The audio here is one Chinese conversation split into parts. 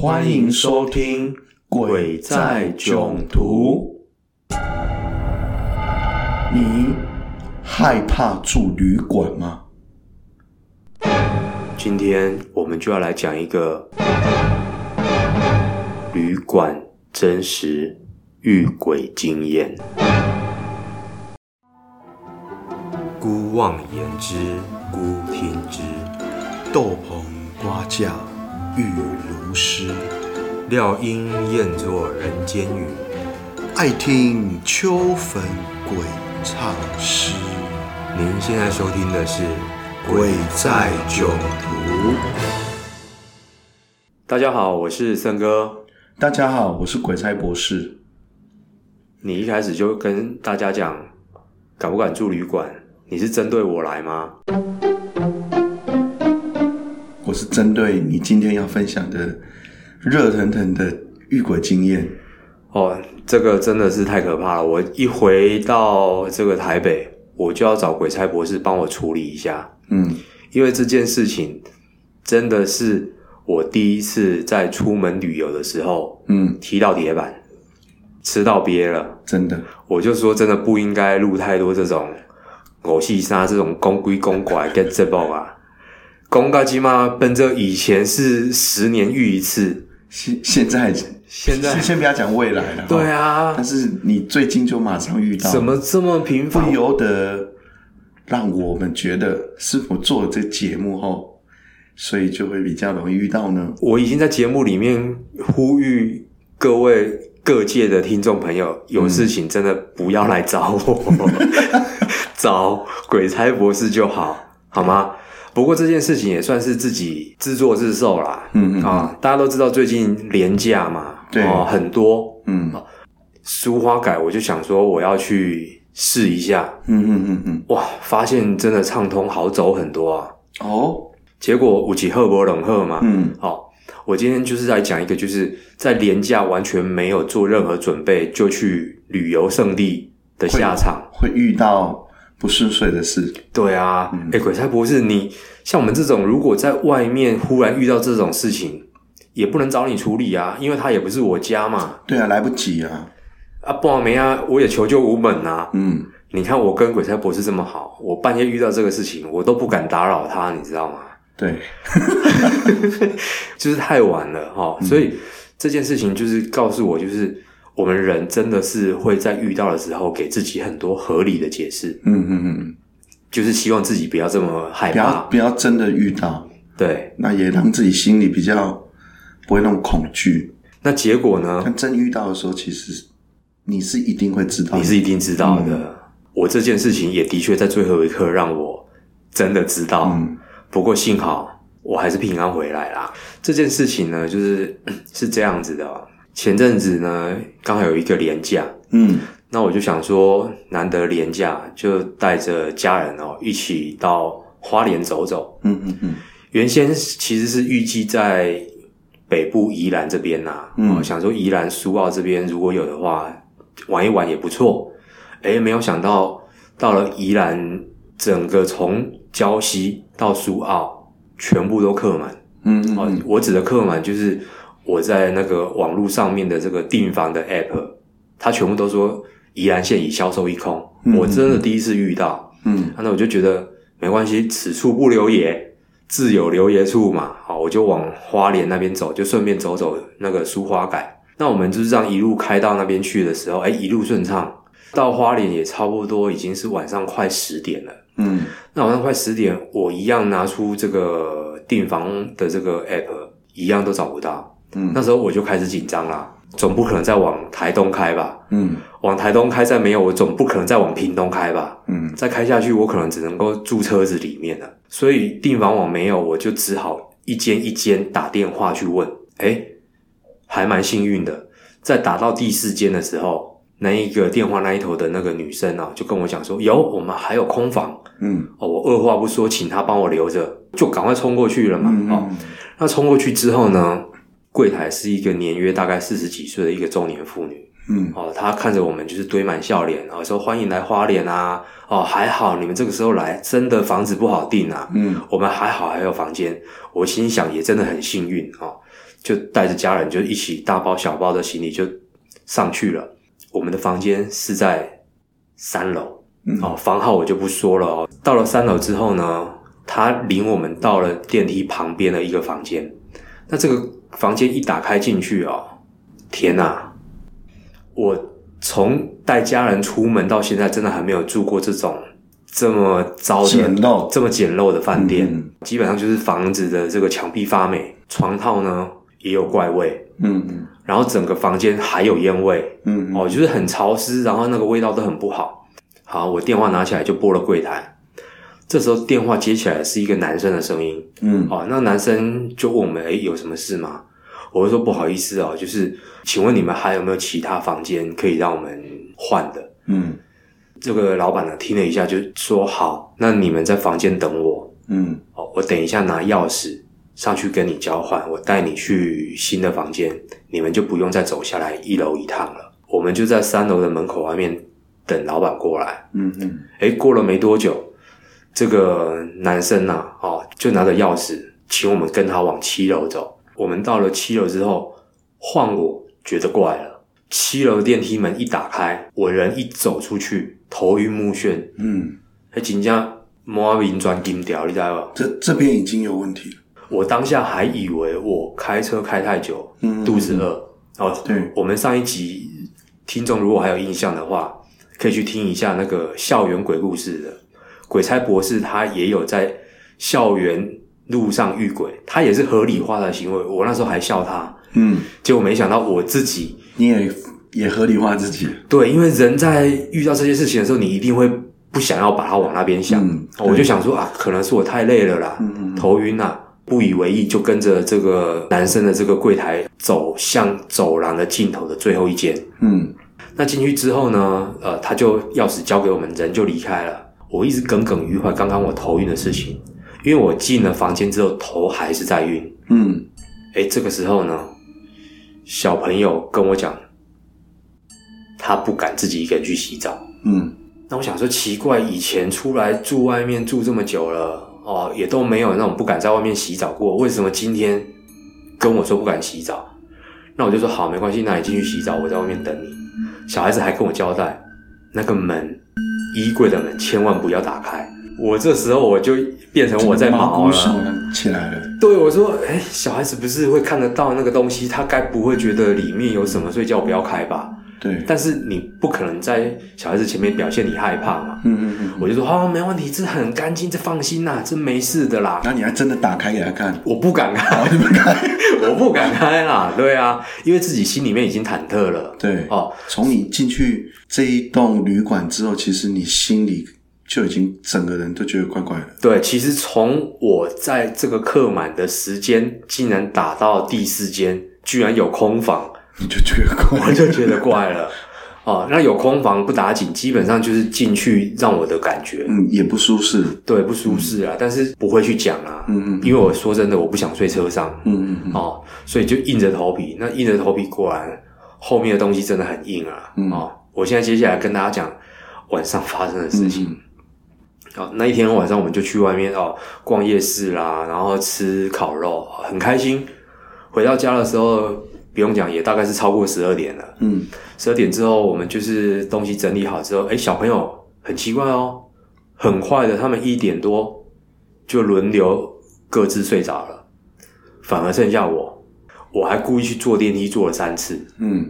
欢迎收听《鬼在囧途》。你害怕住旅馆吗？ 今天我们就要来讲一个旅馆真实遇鬼经验。姑妄言之，姑听之。 豆棚瓜架雨如诗， 料应厌作人间语。 爱听秋坟鬼唱诗。 您现在收听的是《 鬼在囧途》。 大家好，我是森哥。 大家好，我是鬼差博士。 你一开始就跟大家讲敢不敢住旅馆，你是针对我来吗？ 我是针对你今天要分享的热腾腾的遇鬼经验。 哦，这个真的是太可怕了！我一回到这个台北，我就要找鬼差博士帮我处理一下。因为这件事情真的是我第一次在出门旅游的时候，踢到铁板，吃到鳖了。真的，我就说真的不应该录太多这种狗戏沙这种公归公拐跟这包啊。公告机嘛，奔着以前是10年遇一次， 现在先不要讲未来了。 对啊， 但是你最近就马上遇到， 怎么这么频繁？ 不由得让我们觉得是否做了这个节目后，所以就会比较容易遇到呢？ 我已经在节目里面呼吁各位各界的听众朋友，有事情真的不要来找我，找鬼差博士就好，好吗？不过这件事情也算是自己自作自受啦。大家都知道最近连假嘛， 对， 很多，苏花改，我就想说我要去试一下，哇，发现真的畅通，好走很多啊。结果有一好没两好嘛，我今天就是来讲一个，就是在连假完全没有做任何准备就去旅游胜地的下场， 会遇到不顺遂的事。 对啊，鬼差博士，你像我们这种如果在外面忽然遇到这种事情，也不能找你处理啊，因为他也不是我家嘛。 对啊，来不及啊。 不然没啊，我也求救无门啊。你看我跟鬼差博士这么好，我半夜遇到这个事情，我都不敢打扰他，你知道吗？ 对， 就是太晚了所以这件事情就是告诉我，就是我们人真的是会在遇到的时候给自己很多合理的解释。就是希望自己不要这么害怕， 不要真的遇到。 对， 那也让自己心里比较不会那么恐惧。 那结果呢？ 但真遇到的时候，其实你是一定会知道的， 你是一定知道的。我这件事情也的确在最后一刻让我真的知道。不过幸好我还是平安回来啦。这件事情呢，是这样子的前阵子呢，刚好有一个连假，那我就想说，难得连假，就带着家人一起到花莲走走。原先其实是预计在北部宜兰这边想说宜兰苏澳这边如果有的话，玩一玩也不错。没有想到到了宜兰，整个从礁溪到苏澳全部都客满。我指的客满就是我在那个网络上面的这个订房的 app， 它全部都说宜兰县已销售一空。我真的第一次遇到。那我就觉得没关系，此处不留爷，自有留爷处嘛。我就往花莲那边走，就顺便走走那个苏花改。那我们就是这样一路开到那边去的时候，一路顺畅。到花莲也差不多已经是晚上快10点了。那晚上快10点，我一样拿出这个订房的这个 app， 一样都找不到。那时候我就开始紧张啦，总不可能再往台东开吧？往台东开再没有，我总不可能再往屏东开吧？再开下去我可能只能够住车子里面了。所以订房网没有，我就只好一间一间打电话去问。还蛮幸运的，在打到第4间的时候，那一个电话那一头的那个女生就跟我讲说，我们还有空房。我二话不说请她帮我留着，就赶快冲过去了嘛。那冲过去之后呢，柜台是一个年约大概40几岁的一个中年妇女。她看着我们就是堆满笑脸，说欢迎来花莲啊。还好你们这个时候来，真的房子不好订啊。我们还好还有房间。我心想也真的很幸运就带着家人就一起大包小包的行李就上去了。我们的房间是在3楼，房号我就不说了哦。到了3楼之后呢，他领我们到了电梯旁边的一个房间。那这个房间一打开进去哦，天哪！我从带家人出门到现在，真的还没有住过这种这么糟的、这么简陋的饭店。基本上就是房子的这个墙壁发霉，床套呢也有怪味，然后整个房间还有烟味，就是很潮湿，然后那个味道都很不好。好，我电话拿起来就拨了柜台，这时候电话接起来是一个男生的声音，那男生就问我们，有什么事吗？我就说不好意思哦，就是请问你们还有没有其他房间可以让我们换的？这个老板呢听了一下就说好，那你们在房间等我，我等一下拿钥匙上去跟你交换，我带你去新的房间，你们就不用再走下来1楼一趟了。我们就在3楼的门口外面等老板过来。过了没多久，这个男生就拿着钥匙请我们跟他往7楼走。我们到了7楼之后，换我觉得怪了。7楼电梯门一打开，我人一走出去，头晕目眩。真的满面转金条，你知道吗？ 这边已经有问题了。 我当下还以为我开车开太久，肚子饿。 对， 我们上一集听众如果还有印象的话，可以去听一下那个校园鬼故事的鬼差博士，他也有在校园路上遇鬼，他也是合理化的行为。我那时候还笑他，结果没想到我自己你也合理化自己。 对，因为人在遇到这些事情的时候，你一定会不想要把它往那边想。我就想说可能是我太累了啦，头晕啦，不以为意，就跟着这个男生的这个柜台走向走廊的尽头的最后一间。那进去之后呢，他就钥匙交给我们，人就离开了。我一直耿耿于怀刚刚我头晕的事情，因为我进了房间之后头还是在晕。这个时候呢，小朋友跟我讲，他不敢自己一个人去洗澡。那我想说奇怪，以前出来住外面住这么久了，也都没有那种不敢在外面洗澡过，为什么今天跟我说不敢洗澡？那我就说好，没关系，那你进去洗澡，我在外面等你。小孩子还跟我交代，那个门，衣柜的门千万不要打开。我这时候我就变成我在毛了， 起来了。 对，我说，小孩子不是会看得到那个东西，他该不会觉得里面有什么，所以叫我不要开吧？ 对。 但是你不可能在小孩子前面表现你害怕嘛。我就说没问题，这很干净，这放心啦，这没事的啦。 那你还真的打开给他看？ 我不敢开，我不敢开啦。对啊，因为自己心里面已经忐忑了。 对。从你进去这一栋旅馆之后，其实你心里就已经整个人都觉得怪怪的。 对，其实从我在这个客满的时间，竟然打到第4间，居然有空房， 你就觉得怪了。 我就觉得怪了。那有空房不打紧，基本上就是进去让我的感觉， 也不舒适。 对，不舒适啊，但是不会去讲啊，因为我说真的，我不想睡车上，所以就硬着头皮。那硬着头皮果然后面的东西真的很硬啊，我现在接下来跟大家讲晚上发生的事情。那一天晚上我们就去外面逛夜市啦，然后吃烤肉，很开心。回到家的时候不用讲，也大概是超过12点了。12点之后我们就是东西整理好之后，小朋友很奇怪很快的他们1点多就轮流各自睡着了，反而剩下我还故意去坐电梯坐了3次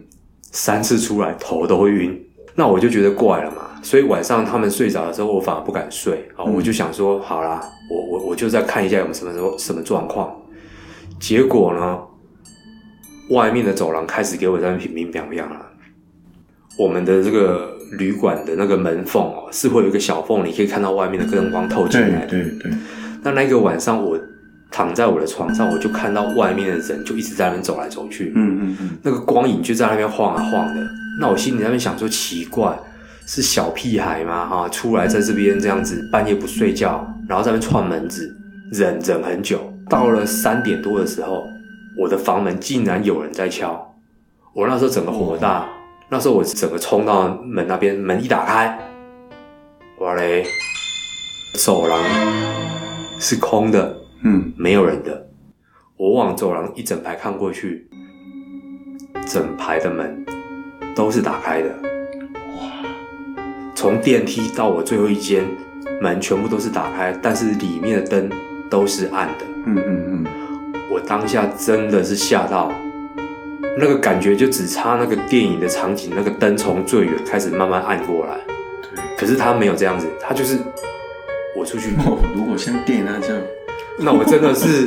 ，3次出来头都会晕。那我就觉得怪了嘛，所以晚上他们睡着的时候我反而不敢睡。我就想说好啦，我就再看一下有没有什么状况。结果呢，外面的走廊开始给我在那乒乒乓乓了。我们的这个旅馆的那个门缝是会有一个小缝，你可以看到外面的灯光透进来。 对。 那个晚上我躺在我的床上，我就看到外面的人就一直在那边走来走去。那个光影就在那边晃啊晃的。那我心里在那边想说奇怪，是小屁孩吗？出来在这边这样子半夜不睡觉，然后在那边串门子，忍很久。到了3点多的时候，我的房门竟然有人在敲。我那时候整个火大，那时候我整个冲到门那边，门一打开，哇嘞，走廊是空的，没有人的。 我往走廊一整排看过去，整排的门都是打开的。哇！从电梯到我最后一间门全部都是打开，但是里面的灯都是暗的。我当下真的是吓到，那个感觉就只差那个电影的场景，那个灯从最远开始慢慢暗过来。可是他没有这样子，他就是我出去。 如果像电影那样， 那我真的是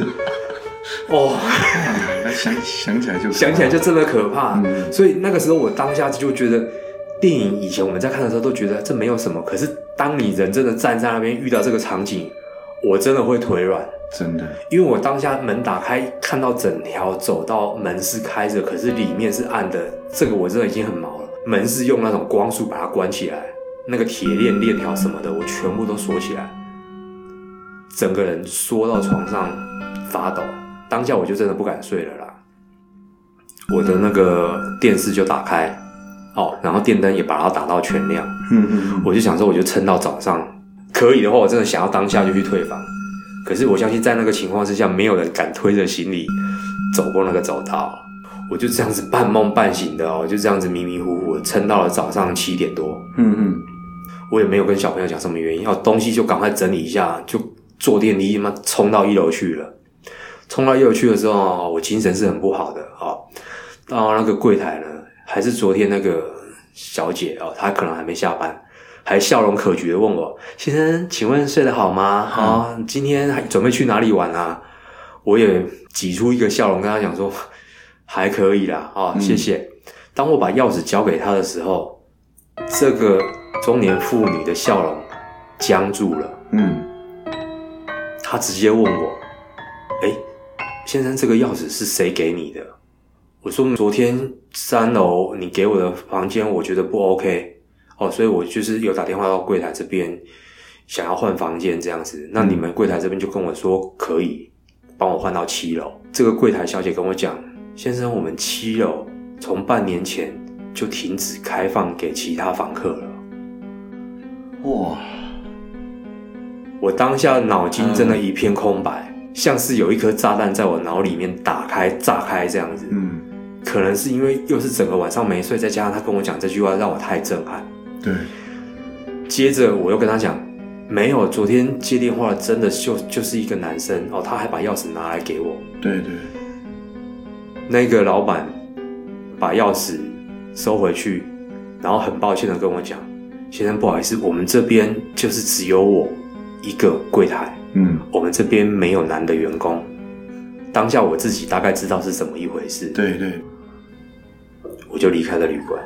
想起来就真的可怕。所以那个时候我当下就觉得，电影以前我们在看的时候都觉得这没有什么，可是当你人真的站在那边遇到这个场景，我真的会腿软。 真的， 因为我当下门打开，看到整条走道门是开着，可是里面是暗的，这个我真的已经很毛了。门是用那种光束把它关起来，那个铁链条什么的，我全部都锁起来，整个人缩到床上发抖。当下我就真的不敢睡了啦。我的那个电视就打开，然后电灯也把它打到全亮。我就想说，我就撑到早上，可以的话，我真的想要当下就去退房。可是我相信在那个情况之下，没有人敢推着行李走过那个走道。我就这样子半梦半醒的就这样子迷迷糊糊的撑到了早上7点多。我也没有跟小朋友讲什么原因，东西就赶快整理一下，就坐电梯冲到1楼去了。冲到1楼去的时候，我精神是很不好的到那个柜台呢，还是昨天那个小姐她可能还没下班。还笑容可掬的问我：“先生，请问睡得好吗？今天还准备去哪里玩啊？”我也挤出一个笑容跟他讲说：“还可以啦，谢谢。”当我把钥匙交给他的时候，这个中年妇女的笑容僵住了。他直接问我：“先生，这个钥匙是谁给你的？”我说：“昨天3楼你给我的房间，我觉得不 OK。”所以我就是有打电话到柜台这边，想要换房间这样子。那你们柜台这边就跟我说可以帮我换到7楼。这个柜台小姐跟我讲：“先生，我们7楼从半年前就停止开放给其他房客了。” 哇！ 我当下脑筋真的一片空白，像是有一颗炸弹在我脑里面打开炸开这样子。可能是因为又是整个晚上没睡，再加上他跟我讲这句话让我太震撼。 对， 接着我又跟他讲，没有，昨天接电话真的就是一个男生他还把钥匙拿来给我。 对， 那个老板把钥匙收回去，然后很抱歉的跟我讲：“先生，不好意思，我们这边就是只有我一个柜台，我们这边没有男的员工。”当下我自己大概知道是怎么一回事。 对， 我就离开了旅馆。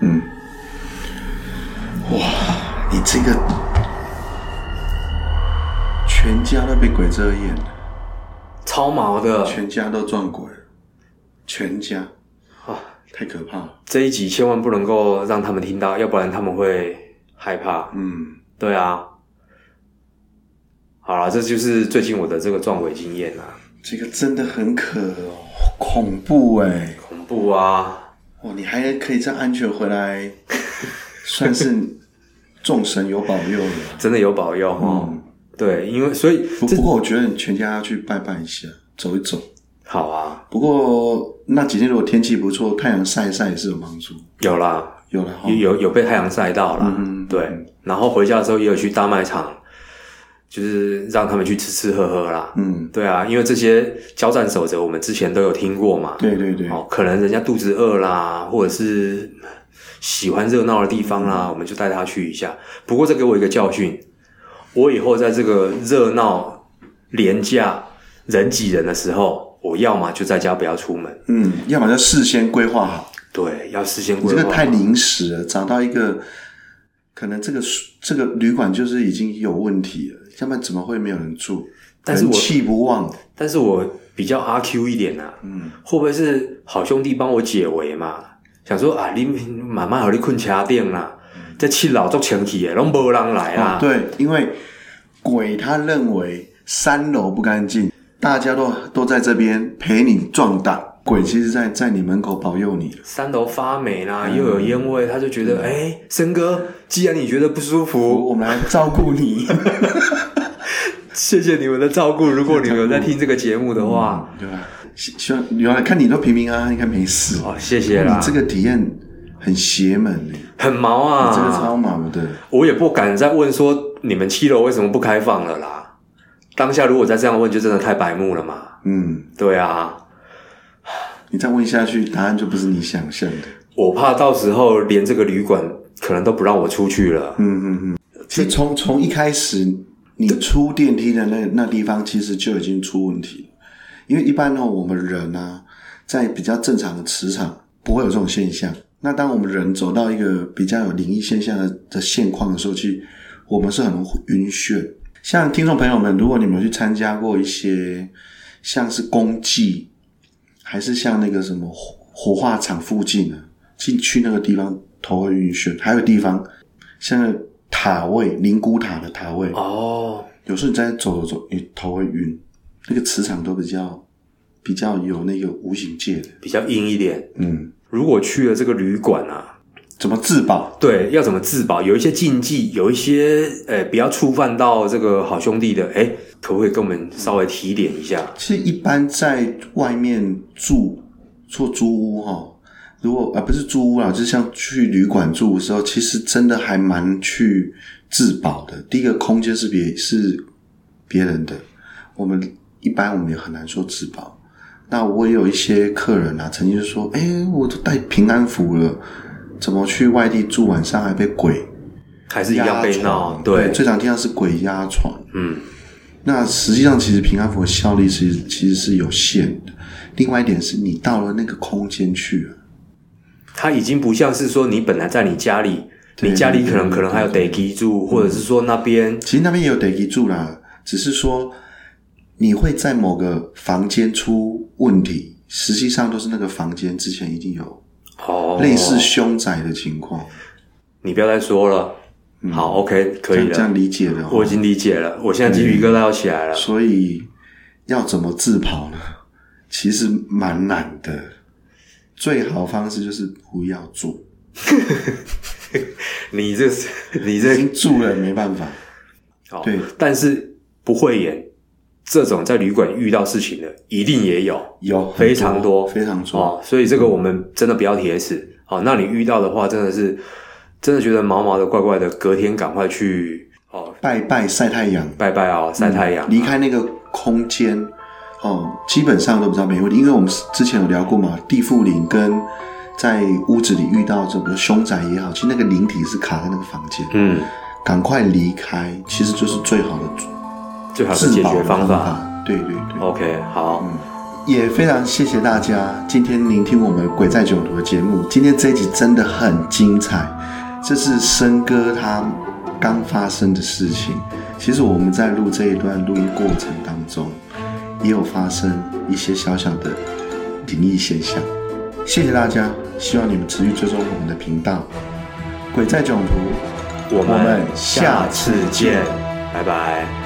哇，你这个全家都被鬼遮眼了， 超毛的， 全家都撞鬼了，全家太可怕了。 这一集千万不能够让他们听到，要不然他们会害怕。对啊。好啦，这就是最近我的这个撞鬼经验啦。 这个真的很恐怖恐怖啊！ 你还可以这样安全回来，算是众神有保佑了， 真的有保佑对，因为所以不过我觉得你全家要去拜拜一下，走一走。 好啊。 不过那几天如果天气不错，太阳晒一晒也是有帮助。 有啦，有被太阳晒到啦。对，然后回家的时候也有去大卖场。就是让他们去吃喝啦。对啊，因为这些交战守则我们之前都有听过嘛。 对。 可能人家肚子饿啦，或者是喜欢热闹的地方啦，我们就带他去一下。不过这给我一个教训，我以后在这个热闹廉价人挤人的时候，我要么就在家不要出门， 要么就事先规划好。 对，要事先规划好。 这个太临时了，找到一个可能这个旅馆就是已经有问题了，要不然怎么会没有人住？ 但是我人气不旺。 但是我比较阿 Q 一点啊，会不会是好兄弟帮我解围嘛？想说你慢慢好你困车顶啦，这7楼做前期的都没人来啦。 对，因为鬼他认为3楼不干净，大家都在这边陪你壮胆。鬼其实在你门口保佑你 ，3楼发霉啦，又有烟味，他就觉得森哥，既然你觉得不舒服， 我们来照顾你。 谢谢你们的照顾。如果你们有在听这个节目的话， 对吧？ 希望原来看你都平平安安，应该没事哦，谢谢啦。 你这个体验很邪门很毛啊， 你这个超毛的。 我也不敢再问说你们7楼为什么不开放了啦。当下如果再这样问，就真的太白目了嘛。对啊。 你再问下去，答案就不是你想象的。 我怕到时候连这个旅馆可能都不让我出去了。 其实从一开始你出电梯的那地方，其实就已经出问题了。因为一般我们人啊，在比较正常的磁场不会有这种现象。那当我们人走到一个比较有灵异现象的现况的时候，其实我们是很容易晕眩。像听众朋友们，如果你们去参加过一些像是公祭，还是像那个什么火化场附近进去那个地方头会晕眩。还有地方像那个塔位，灵骨塔的塔位有时候你在走你头会晕，那个磁场都比较有那个无形界的， 比较阴一点。如果去了这个旅馆啊， 怎么自保？ 对，要怎么自保？有一些禁忌，有一些不要触犯到这个好兄弟的，可不可以跟我们稍微提点一下？ 其实一般在外面做租屋如果不是租屋啦，就是像去旅馆住的时候，其实真的还蛮去自保的。第一个，空间是别人的，一般我们也很难说自保。那我也有一些客人啊，曾经就说我都带平安符了，怎么去外地住晚上还被鬼还是一样被闹？对， 最常听到是鬼压床。那实际上其实平安符的效力其实是有限的。另外一点是你到了那个空间去了， 它已经不像是说你本来在你家里，你家里可能还有地基住，或者是说那边其实那边也有地基住啦，只是说你会在某个房间出问题，实际上都是那个房间之前已经有类似凶宅的情况。 你不要再说了。好 OK 可以了， 这样理解了。 我已经理解了，我现在鸡皮疙瘩要起来了。 所以要怎么自跑呢？其实蛮难的，最好的方式就是不要住。 你这已经住了没办法。对， 但是不会演这种在旅馆遇到事情的一定也有非常多非常多所以这个我们真的不要铁齿。那你遇到的话真的觉得毛毛的怪怪的，隔天赶快去拜拜晒太阳， 晒太阳， 离开那个空间基本上都比较没问题。因为我们之前有聊过嘛，地缚灵跟在屋子里遇到这个凶宅也好，其实那个灵体是卡在那个房间，赶快离开，其实就是最好的解决方法。 对 OK 好。 也非常谢谢大家今天聆听我们鬼在囧途的节目。今天这一集真的很精彩，这是生哥他刚发生的事情。其实我们在录这一段录音过程当中也有发生一些小小的灵异现象。谢谢大家，希望你们持续追踪我们的频道鬼在囧途， 我们下次见，拜拜。